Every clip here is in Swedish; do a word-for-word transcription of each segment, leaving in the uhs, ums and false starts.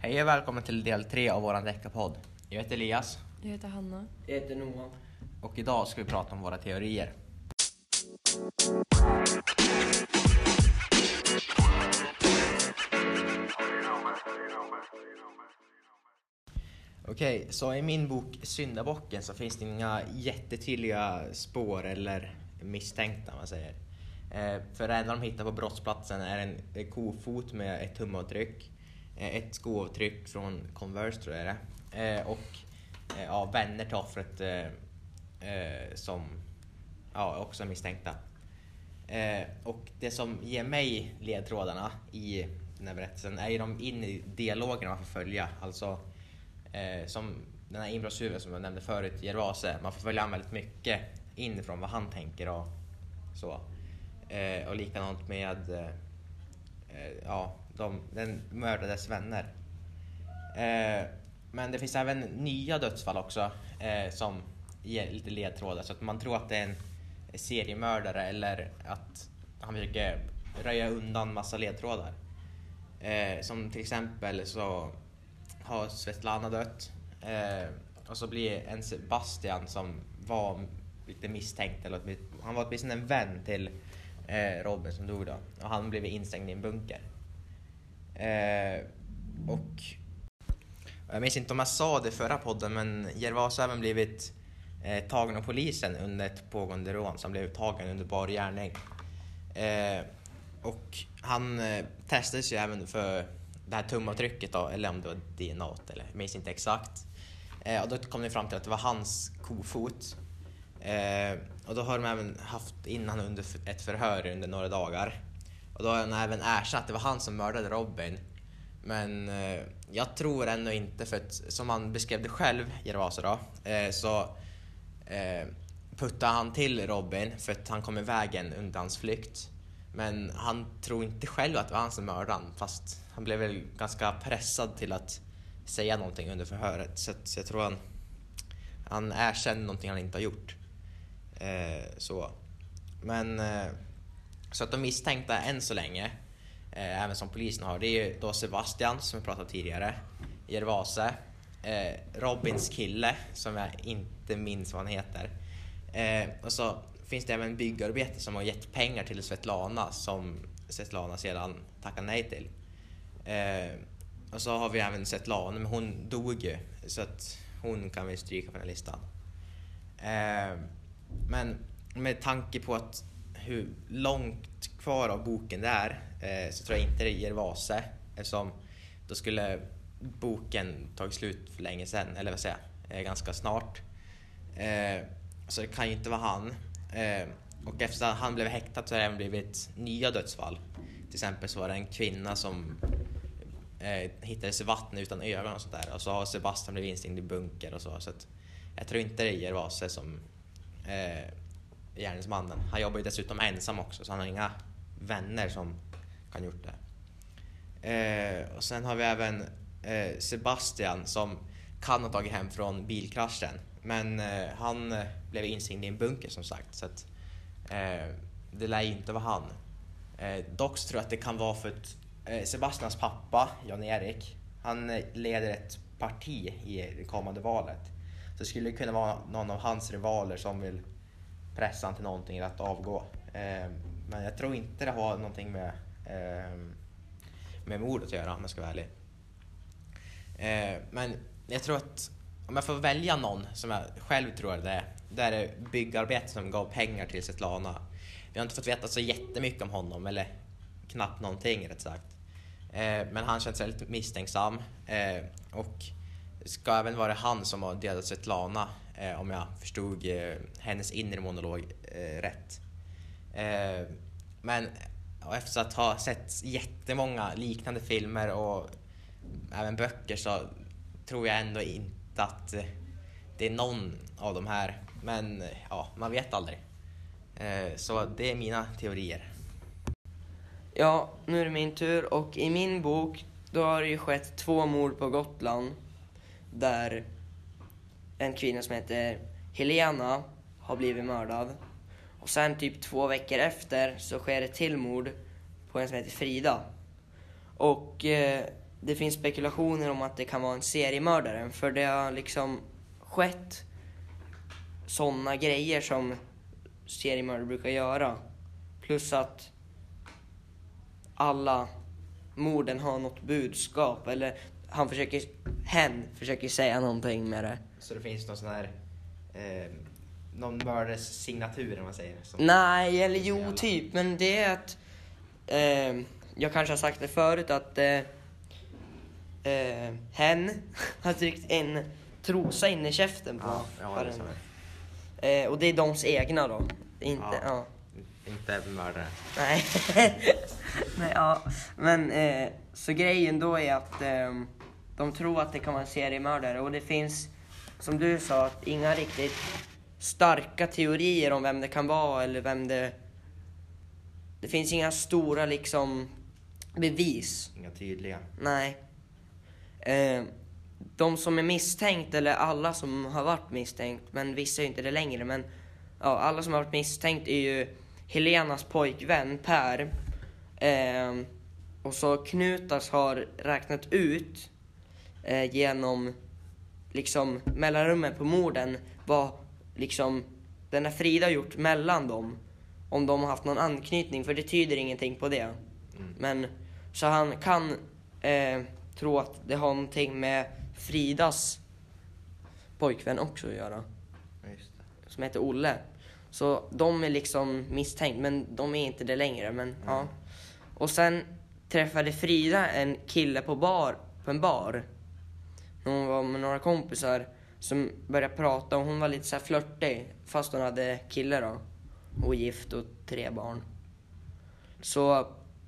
Hej och välkommen till del tre av våran deckarpodd. Jag heter Elias. Jag heter Hanna. Jag heter Noah. Och idag ska vi prata om våra teorier. Okej, så i min bok Syndabocken så finns det inga jättetydliga spår eller misstänkta, man säger. Eh, för det enda de hittar på brottsplatsen är en kofot med ett tumavtryck, eh, ett skoavtryck från Converse tror jag det är, eh, och eh, ja, vänner till offret eh, eh, som ja, också är misstänkta. Eh, och det som ger mig ledtrådarna i den här berättelsen är ju de in i dialogerna man får följa. Alltså eh, som den här inbrottstjuven som jag nämnde förut, Gervase, man får följa väldigt mycket inifrån vad han tänker och så. Eh, och likadant med eh, ja, de, den mördades vänner. Eh, men det finns även nya dödsfall också eh, som ger lite ledtrådar, så att man tror att det är en seriemördare eller att han försöker röja undan massa ledtrådar. Eh, som till exempel så har Svetlana dött eh, och så blir en Sebastian som var lite misstänkt, eller han var åtminstone en vän till eh, Robin som dog då, och han blev instängd i en bunker. Eh, och jag minns inte om jag sa det förra podden, men Gervas har även blivit eh, tagen av polisen under ett pågående rån, som blev tagen under bar gärning. Eh, och han eh, testades ju även för det här tumavtrycket då, eller om det var D N A, eller jag minns inte exakt. Eh, och då kom det fram till att det var hans kofot. Eh, och då har de även haft innan under ett förhör under några dagar. Och då har han även erkänt att det var han som mördade Robin. Men eh, jag tror ändå inte, för att som han beskrev det själv, Gervasa då, eh, så eh, puttade han till Robin för att han kom i vägen under hans flykt. Men han tror inte själv att det var han som mördade han, fast han blev väl ganska pressad till att säga någonting under förhöret. Så, att, så jag tror han, han erkänner någonting han inte har gjort. Eh, så. Men eh, så att de misstänkta än så länge, Eh, även som polisen har, det är ju då Sebastian som vi pratade tidigare, Gervase, eh, Robins kille som jag inte minns vad han heter, eh, och så finns det även byggarbete som har gett pengar till Svetlana som Svetlana sedan tackar nej till, eh, och så har vi även Svetlana, men hon dog ju, så att hon kan vi stryka på den här listan. eh, men med tanke på att hur långt kvar av boken det är, eh, så tror jag inte det ger Vase, eftersom då skulle boken tagit slut för länge sedan, eller vad säger jag, eh, ganska snart. Eh, så det kan ju inte vara han. Eh, och efter att han blev häktad så har det även blivit nya dödsfall. Till exempel så var det en kvinna som eh, hittades i vatten utan ögon och sånt där. Och så har Sebastian blivit instängd i bunker och så. Så att jag tror inte det ger Vase som eh, gärningsmannen. Han jobbar ju dessutom ensam också, så han har inga vänner som kan gjort det. Eh, och sen har vi även eh, Sebastian som kan ha tagit hem från bilkraschen, men eh, han eh, blev instängd i en bunker som sagt, så att eh, det lär inte vara han. Eh, dock tror jag att det kan vara för att eh, Sebastians pappa, Jan-Erik, han eh, leder ett parti i det kommande valet. Så det skulle kunna vara någon av hans rivaler som vill pressa han till någonting eller att avgå. Eh, men jag tror inte det har någonting med eh, med mordet att göra, om jag ska vara ärlig. Eh, men jag tror att om jag får välja någon som jag själv tror det är, det är det byggarbete som gav pengar till Svetlana. Vi har inte fått veta så jättemycket om honom, eller knappt någonting rätt sagt. Eh, men han känns väldigt misstänksam, eh, och ska även vara han som har dödat Svetlana, eh, om jag förstod eh, hennes inre monolog eh, rätt. Eh, men och efter att ha sett jättemånga liknande filmer och även böcker, så tror jag ändå inte att eh, det är någon av de här. Men ja, man vet aldrig. Eh, så det är mina teorier. Ja, nu är det min tur, och i min bok då har det ju skett två mord på Gotland där en kvinna som heter Helena har blivit mördad. Och sen typ två veckor efter så sker ett till mord på en som heter Frida. Och eh, det finns spekulationer om att det kan vara en seriemördare. För det har liksom skett sådana grejer som seriemördare brukar göra. Plus att alla morden har något budskap. Eller han försöker, hen försöker säga någonting med det. Så det finns någon sån här eh, någon mördares signatur, om man säger som... Nej, eller jo typ. Men det är att eh, jag kanske har sagt det förut att eh, eh, hen har tryckt en trosa in i käften på ja, ja, det är eh, och det är deras egna då. Inte, ja. Ja. Inte mördare. Nej. Nej, ja. Men eh, så grejen då är att eh, de tror att det kan vara en seriemördare. Och det finns, som du sa, att inga riktigt starka teorier om vem det kan vara. Eller vem det... Det finns inga stora liksom bevis. Inga tydliga. Nej. Eh, de som är misstänkt, eller alla som har varit misstänkt, men vissa är inte det längre, men ja, alla som har varit misstänkt är ju Helenas pojkvän Per. Eh, och så Knutas har räknat ut eh, genom liksom mellanrummen på morden vad liksom den här Frida har gjort mellan dem. Om de har haft någon anknytning, för det tyder ingenting på det. Mm. Men så han kan eh, tro att det har någonting med Fridas pojkvän också att göra. Just det. Som heter Olle. Så de är liksom misstänkt, men de är inte det längre. Men, mm. ja. Och sen träffade Frida en kille på, bar, på en bar. Hon var med några kompisar som började prata, och hon var lite så här flörtig, fast hon hade kille då. Och gift och tre barn. Så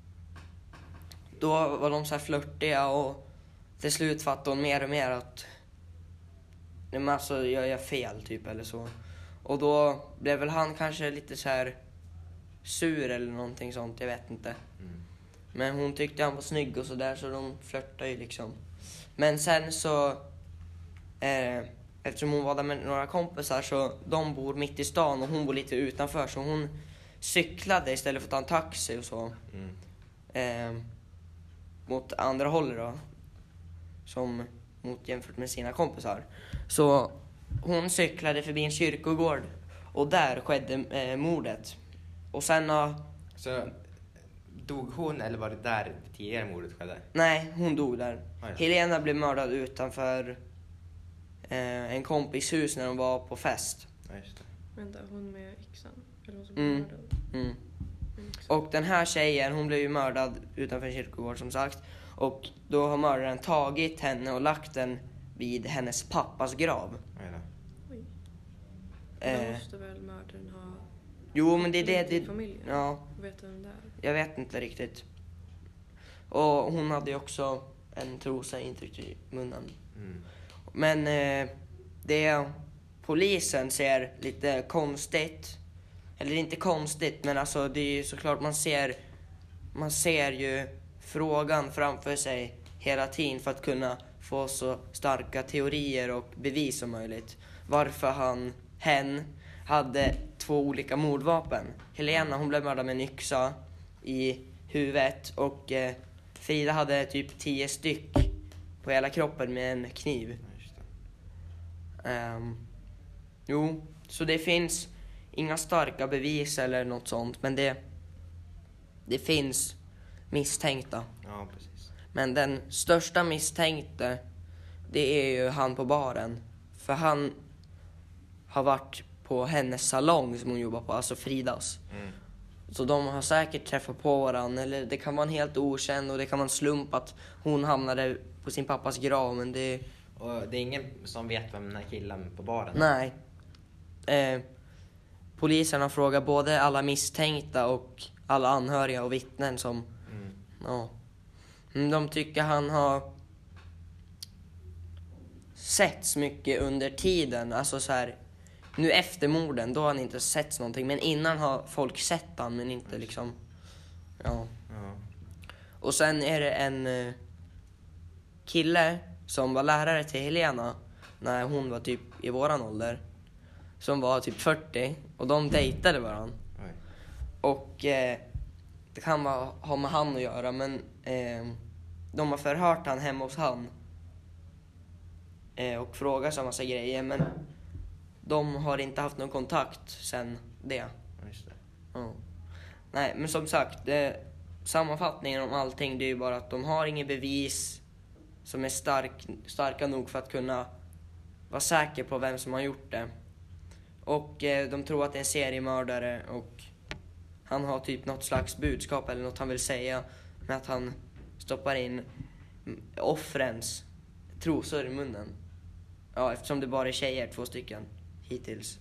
då var de så här flörtiga, och till slut fattade hon mer och mer att nej, men alltså, jag gör fel typ eller så. Och då blev väl han kanske lite så här sur eller någonting sånt, jag vet inte. Mm. Men hon tyckte han var snygg och så där, så de flörtade ju liksom. Men sen så eh, eftersom hon var där med några kompisar, så de bor mitt i stan och hon bor lite utanför, så hon cyklade istället för att ta en taxi och så. Mm. Eh, mot andra hållet då, som mot jämfört med sina kompisar. Så hon cyklade förbi en kyrkogård, och där skedde eh, mordet. Och sen uh, så dog hon, eller var det där tidigare mordet skedde? Nej, hon dog där. Ah, ja. Helena blev mördad utanför eh, en kompis hus när de var på fest. Ja, just det. Vänta, hon med yxan? Eller hon som mm. blev mördad? Mm. Och den här tjejen, hon blev ju mördad utanför en kyrkogård som sagt. Och då har mördaren tagit henne och lagt den vid hennes pappas grav. Ja, oj. Eh, Då måste väl mördaren ha... Jo, men det är det... det familjen. ja. Vet du vem det är? Jag vet inte riktigt. Och hon hade ju också en trosa intryckt i munnen. Mm. Men eh, det polisen ser lite konstigt. Eller inte konstigt, men alltså det är ju såklart man ser man ser ju frågan framför sig hela tiden för att kunna få så starka teorier och bevis som möjligt. Varför han, hen, hade två olika mordvapen. Helena, hon blev mördad med en yxa i huvudet, och eh, Frida hade typ tio styck på hela kroppen med en kniv. Um, jo, så det finns inga starka bevis eller något sånt, men det det finns misstänkta. Ja, precis. Men den största misstänkte, det är ju han på baren. För han har varit på hennes salong som hon jobbar på, alltså Fridas. Mm. Så de har säkert träffat på varandra, eller det kan vara en helt okänd, och det kan vara en slump att hon hamnade på sin pappas grav, men det... Och det är ingen som vet vem den här killen på baren? Nej. Eh, polisen har frågat både alla misstänkta och alla anhöriga och vittnen som... Mm. Ja. De tycker han har setts mycket under tiden, alltså så här. Nu efter morden, då har han inte sett någonting. Men innan har folk sett han, men inte liksom... Ja. ja. Och sen är det en uh, kille som var lärare till Helena när hon var typ i våran ålder. Som var typ fyrtio. Och de dejtade varandra. Oj. Och uh, det kan vara, ha med han att göra, men... Uh, de har förhört han hemma hos han. Eh, och frågat en massa grejer, men de har inte haft någon kontakt sen det. Ja, just det. Ja. Nej, men som sagt, det, sammanfattningen om allting, det är ju bara att de har ingen bevis som är stark, starka nog för att kunna vara säker på vem som har gjort det. Och eh, de tror att det är en seriemördare och han har typ något slags budskap eller något han vill säga med att han stoppar in offrens trosor i munnen. Ja, eftersom det bara är tjejer, två stycken hittills.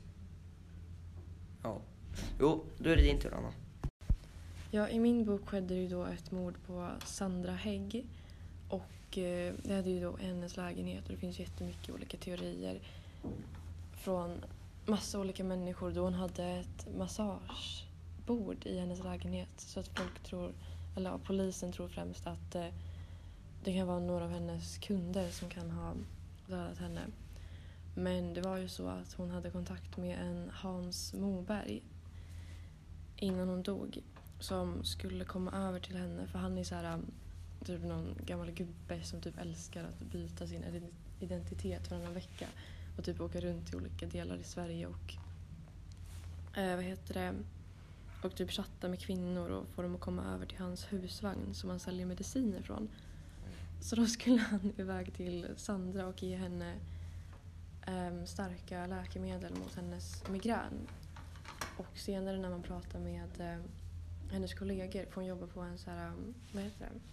Ja. Jo, då är det din tur, Anna. Ja, i min bok skedde ju då ett mord på Sandra Hägg. Och eh, det hade ju då hennes lägenhet och det finns jättemycket olika teorier från massa olika människor då hon hade ett massagebord i hennes lägenhet. Så att folk tror, eller ja, polisen tror främst att eh, det kan vara några av hennes kunder som kan ha dödat henne. Men det var ju så att hon hade kontakt med en Hans Moberg innan hon dog som skulle komma över till henne, för han är så här typ någon gammal gubbe som typ älskar att byta sin identitet varannan vecka och typ åka runt i olika delar i Sverige och eh, vad heter det och typ chatta med kvinnor och få dem att komma över till hans husvagn som han säljer mediciner från. Så då skulle han iväg till Sandra och ge henne eh, starka läkemedel mot hennes migrän. Och senare när man pratar med eh, hennes kollegor, för hon jobbar på en så här, vad heter det?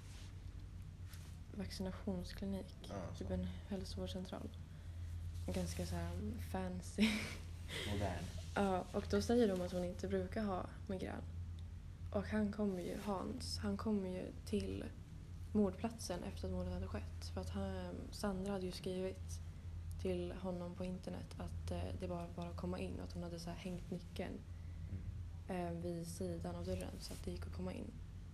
Vaccinationsklinik, Ja, typ en hälsovårdscentral. En ganska så här fancy. Modern. Ja, och då säger de att hon inte brukar ha migrän. Och han kommer ju, Hans, han kommer ju till mordplatsen efter att mordet hade skett. För att han, Sandra hade ju skrivit till honom på internet att eh, det var bara att komma in och att hon hade så här hängt nyckeln eh, vid sidan av dörren så att det gick att komma in.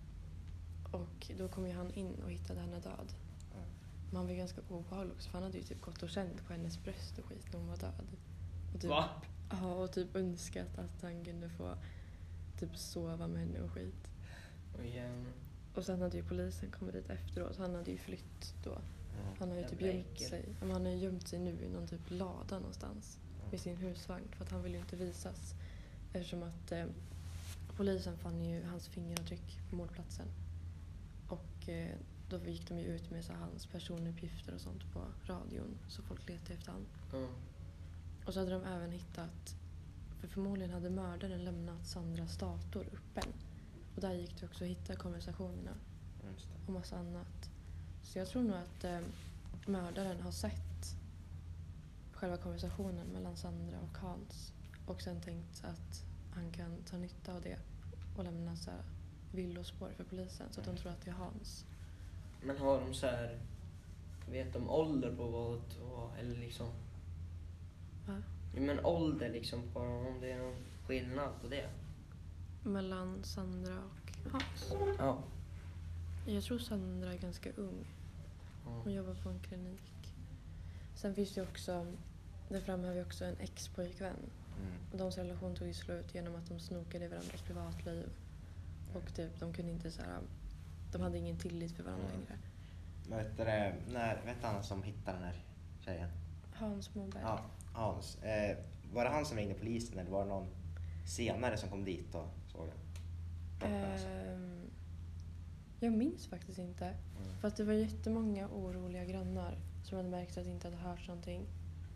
Och då kom ju han in och hittade henne död. Men han var ganska obehaglig också, för han hade ju typ gått och känt på hennes bröst och skit när hon var död. Och typ, Va? Ja, och typ önskat att han kunde få typ sova med henne och skit. Oj, um, Och sen hade ju polisen kommit dit efteråt, han hade ju flytt då. Han har ju typ Jävla gömt äckel. sig. Men han har ju gömt sig nu i någon typ lada någonstans vid sin husvagn för att han vill ju inte visas. Eftersom att eh, polisen fann ju hans fingeravtryck på mordplatsen. Och eh, då gick de ju ut med så här, hans personuppgifter och sånt på radion. Så folk letade efter han. mm. Och så hade de även hittat, för förmodligen hade mördaren lämnat Sandras dator öppen. Och där gick det också att hitta konversationerna Just det. och massa annat. Så jag tror nog att eh, mördaren har sett själva konversationen mellan Sandra och Hans. Och sen tänkt att han kan ta nytta av det och lämna så här villospår för polisen. Så att de tror att det är Hans. Men har de så här, vet de ålder på vad, vad eller liksom, Va? ja, men ålder liksom på om det är någon skillnad på det? Mellan Sandra och Hans. Ja. Jag tror Sandra är ganska ung. Hon jobbar på en klinik. Sen finns det också, det framhäver ju också en ex-pojkvän. Mm. Och deras relation tog ju slut genom att de snokade i varandras privatliv. Och typ, de kunde inte så här, de hade ingen tillit för varandra Mm. längre. Men vet du det, när, vet han som hittade den här tjejen? Hans Moberg. Ja, Hans. Eh, var det han som ringde polisen eller var det någon senare som kom dit och såg den? Kroppen, alltså. Ehm, jag minns faktiskt inte. Mm. För att det var jättemånga oroliga grannar som hade märkt att det inte hade hört någonting.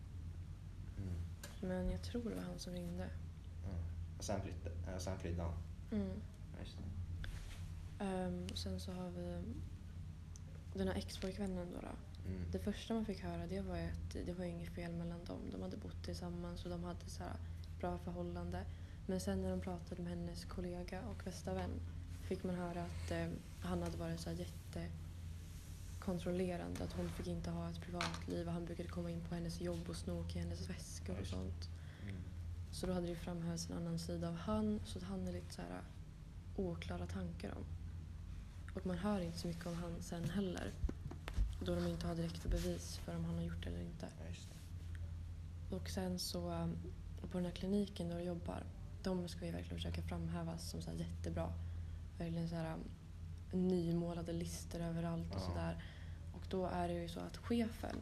Mm. Men jag tror det var han som ringde. Mm. Och sen flyttade, äh, sen flydde han. Mm. Ja, just det. Um, sen så har vi den här ex-pojkvännen då. då. Mm. Det första man fick höra det var ju att det var inget fel mellan dem. De hade bott tillsammans och de hade så här bra förhållande. Men sen när de pratade med hennes kollega och bästa vän fick man höra att eh, han hade varit så här jättekontrollerande. Att hon fick inte ha ett privatliv och han brukade komma in på hennes jobb och snoka i hennes väskor och sånt. Mm. Så då hade det framhävts en annan sida av han, så att han är lite så här oklara tankar om. Och man hör inte så mycket om han sen heller. Då de inte har direkta bevis för om han har gjort det eller inte. Ja, just det. Och sen så um, på den här kliniken där de jobbar, de ska ju verkligen försöka framhävas som så här jättebra. Verkligen så här um, nymålade lister överallt och Ja. sådär. Och då är det ju så att chefen,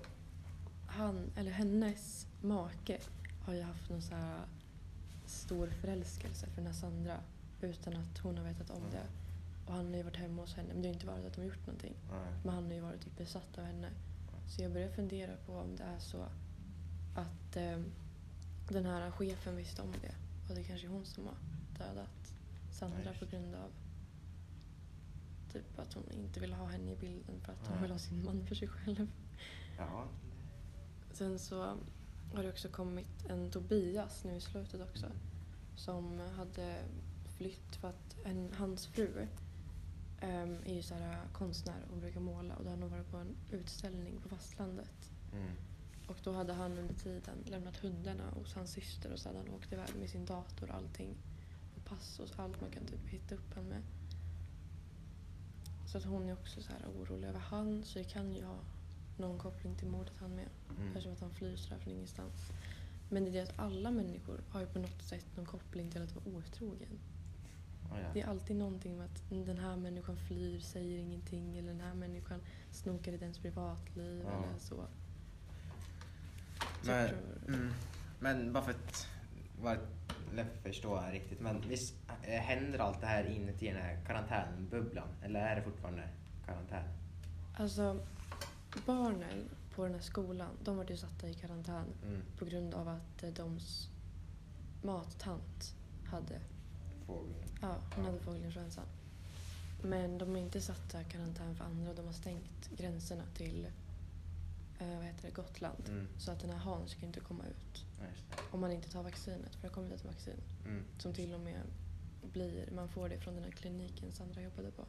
han eller hennes make har ju haft någon så här stor förälskelse för den här Sandra utan att hon har vetat om det. Och han har ju varit hemma hos henne, men det har inte varit att de har gjort någonting. Nej. Men han har ju varit typ besatt av henne. Så jag börjar fundera på om det är så att eh, den här chefen visste om det. Och det är kanske hon som har dödat Sandra Nej. på grund av typ att hon inte vill ha henne i bilden för att hon Nej. vill ha sin man för sig själv. Ja. Sen så har det också kommit en Tobias nu i slutet också. Som hade flytt för att en, hans fru um, är ju så här konstnär och brukar måla. Och då hade hon varit på en utställning på fastlandet. Mm. Och då hade han under tiden lämnat hundarna hos hans syster och så hade han åkt iväg med sin dator och allting. Och pass och allt man kan typ hitta upp han med. Så att hon är också så här orolig över han. Så det kan ju ha någon koppling till mordet han med. Mm. Kanske att han flyr sådär från ingenstans. Men det är det att alla människor har ju på något sätt någon koppling till att vara otrogen. Oh, ja. Det är alltid någonting med att den här människan flyr, säger ingenting. Eller den här människan snokar i dens privatliv Ja. eller så. Så jag Men, tror- mm, men bara för att vara lätt förstå här riktigt. Men visst eh, händer allt det här inuti den här karantänbubblan? Eller är det fortfarande karantän? Alltså, barnen på den här skolan, de var ju satta i karantän Mm. på grund av att eh, deras mattant hade, Fågel. ja, hon Ja. hade fågelinfluensa. Men de är inte satta i karantän för andra. De har stängt gränserna till eh, vad heter det, Gotland. Mm. Så att den här Hans ska inte komma ut Ja, just det. om man inte tar vaccinet. För det har kommit ett vaccin Mm. som till och med blir, man får det från den här kliniken Sandra jobbade på.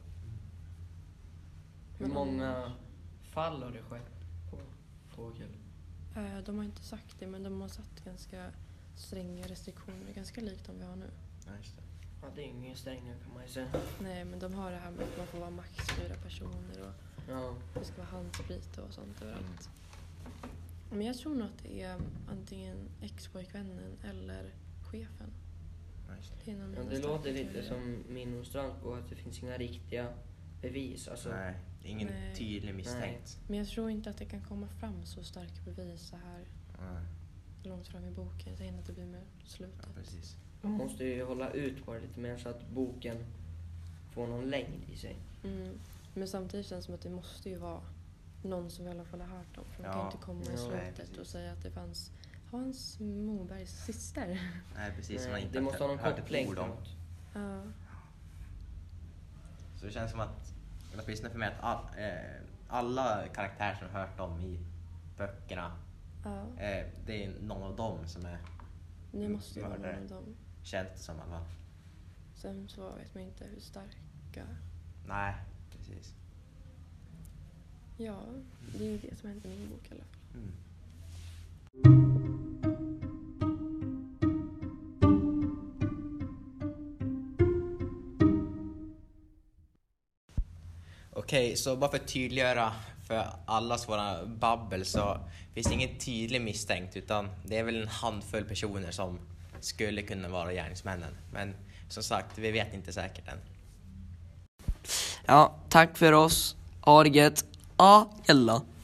Hur Men många annars- fall har det skett på fågel? Eh, de har inte sagt det, men de har satt ganska stränga restriktioner. Ganska likt de vi har nu. Ja, just det. Ja, det är ingen strängare kan man ju säga. Nej, men de har det här med att man får vara max fyra personer och Ja. det ska vara handsprit och sånt överallt. Men jag tror nog att det är antingen ex-pojkvännen eller chefen. Ja, just det. Det, är någon Ja, av det de låter starka lite teorier. som min och Strandbo, att det finns inga riktiga bevis. Alltså, Nej, det är ingen Nej. tydlig misstänkt. Men jag tror inte att det kan komma fram så starka bevis så här Nej. långt fram i boken. Jag tänker att det blir med Ja, slutet. precis. man måste ju hålla ut på det lite mer så att boken får någon längd i sig. Mm. Men samtidigt känns det som att det måste ju vara någon som vi i alla fall har hört om. För man Ja. kan ju inte komma i Ja, slutet nej, precis. och säga att det fanns Hans Mobergs syster. Nej, precis. Som man Nej, inte det måste ha någon hört ett koppling ord till om. något. Ja. Så det känns som att, åtminstone för mig, att all, eh, alla karaktärer som jag hört om i böckerna, Ja. eh, det är någon av dem som är Ni måste ju vara någon mördare. av dem. känt som i alla fall. Sen så vet man inte hur starka. Nej, precis. Ja, det är ju det som händer i min bok i alla fall. Mm. Okej, så bara för att tydliggöra för allas våra babbel så finns det ingen tydlig misstänkt, utan det är väl en handfull personer som skulle kunna vara gärningsmännen. Men som sagt, vi vet inte säkert än. Ja, tack för oss. Ha det gött. Ja, gälla.